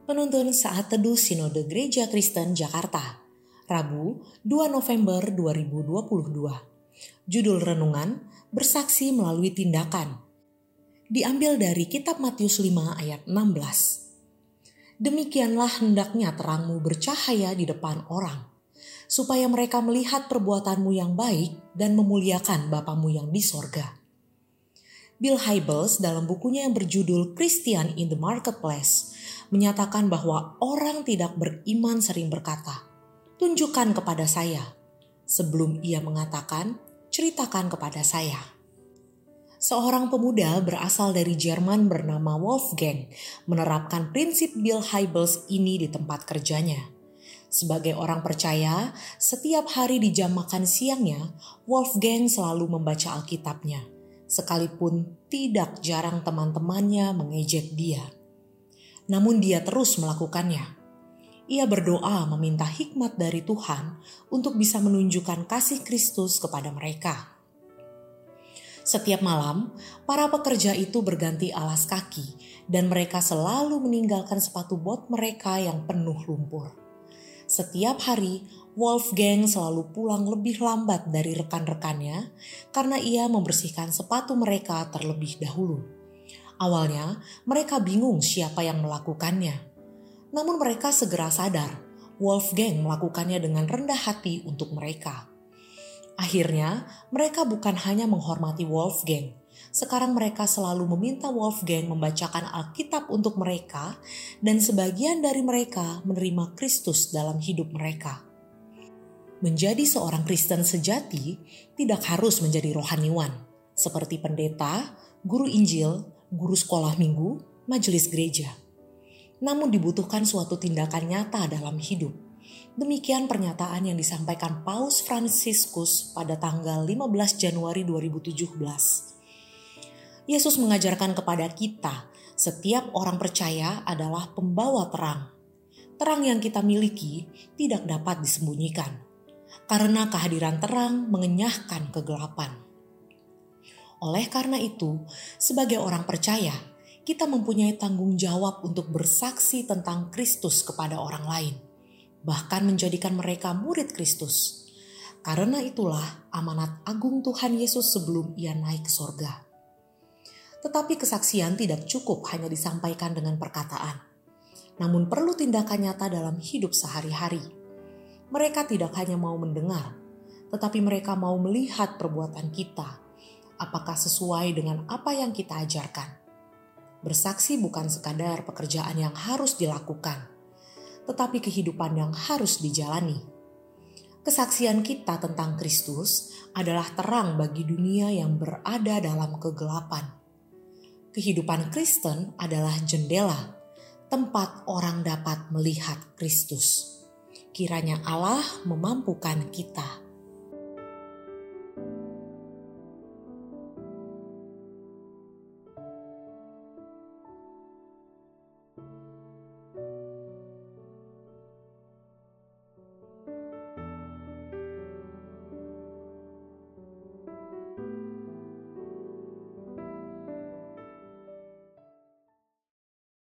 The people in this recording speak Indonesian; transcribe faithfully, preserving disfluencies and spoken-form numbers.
Penuntun Saat Teduh Sinode Gereja Kristen Jakarta, Rabu dua November dua ribu dua puluh dua. Judul renungan, Bersaksi Melalui Tindakan. Diambil dari kitab Matius lima ayat enam belas. Demikianlah hendaknya terangmu bercahaya di depan orang, supaya mereka melihat perbuatanmu yang baik dan memuliakan Bapamu yang di sorga. Bill Hybels dalam bukunya yang berjudul Christian in the Marketplace menyatakan bahwa orang tidak beriman sering berkata, "Tunjukkan kepada saya," sebelum ia mengatakan, "Ceritakan kepada saya." Seorang pemuda berasal dari Jerman bernama Wolfgang menerapkan prinsip Bill Hybels ini di tempat kerjanya. Sebagai orang percaya, setiap hari di jam makan siangnya, Wolfgang selalu membaca Alkitabnya, sekalipun tidak jarang teman-temannya mengejek dia. Namun dia terus melakukannya. Ia berdoa meminta hikmat dari Tuhan untuk bisa menunjukkan kasih Kristus kepada mereka. Setiap malam, para pekerja itu berganti alas kaki dan mereka selalu meninggalkan sepatu bot mereka yang penuh lumpur. Setiap hari, Wolfgang selalu pulang lebih lambat dari rekan-rekannya karena ia membersihkan sepatu mereka terlebih dahulu. Awalnya, mereka bingung siapa yang melakukannya. Namun mereka segera sadar, Wolfgang melakukannya dengan rendah hati untuk mereka. Akhirnya, mereka bukan hanya menghormati Wolfgang. Sekarang mereka selalu meminta Wolfgang membacakan Alkitab untuk mereka dan sebagian dari mereka menerima Kristus dalam hidup mereka. Menjadi seorang Kristen sejati tidak harus menjadi rohaniwan, seperti pendeta, guru Injil, guru sekolah minggu, majelis gereja. Namun dibutuhkan suatu tindakan nyata dalam hidup. Demikian pernyataan yang disampaikan Paus Fransiskus pada tanggal lima belas Januari dua ribu tujuh belas. Yesus mengajarkan kepada kita, setiap orang percaya adalah pembawa terang. Terang yang kita miliki tidak dapat disembunyikan, karena kehadiran terang mengenyahkan kegelapan. Oleh karena itu, sebagai orang percaya, kita mempunyai tanggung jawab untuk bersaksi tentang Kristus kepada orang lain, bahkan menjadikan mereka murid Kristus. Karena itulah amanat agung Tuhan Yesus sebelum ia naik ke sorga. Tetapi kesaksian tidak cukup hanya disampaikan dengan perkataan, namun perlu tindakan nyata dalam hidup sehari-hari. Mereka tidak hanya mau mendengar, tetapi mereka mau melihat perbuatan kita, apakah sesuai dengan apa yang kita ajarkan. Bersaksi bukan sekadar pekerjaan yang harus dilakukan, tetapi kehidupan yang harus dijalani. Kesaksian kita tentang Kristus adalah terang bagi dunia yang berada dalam kegelapan. Kehidupan Kristen adalah jendela, tempat orang dapat melihat Kristus. Kiranya Allah memampukan kita.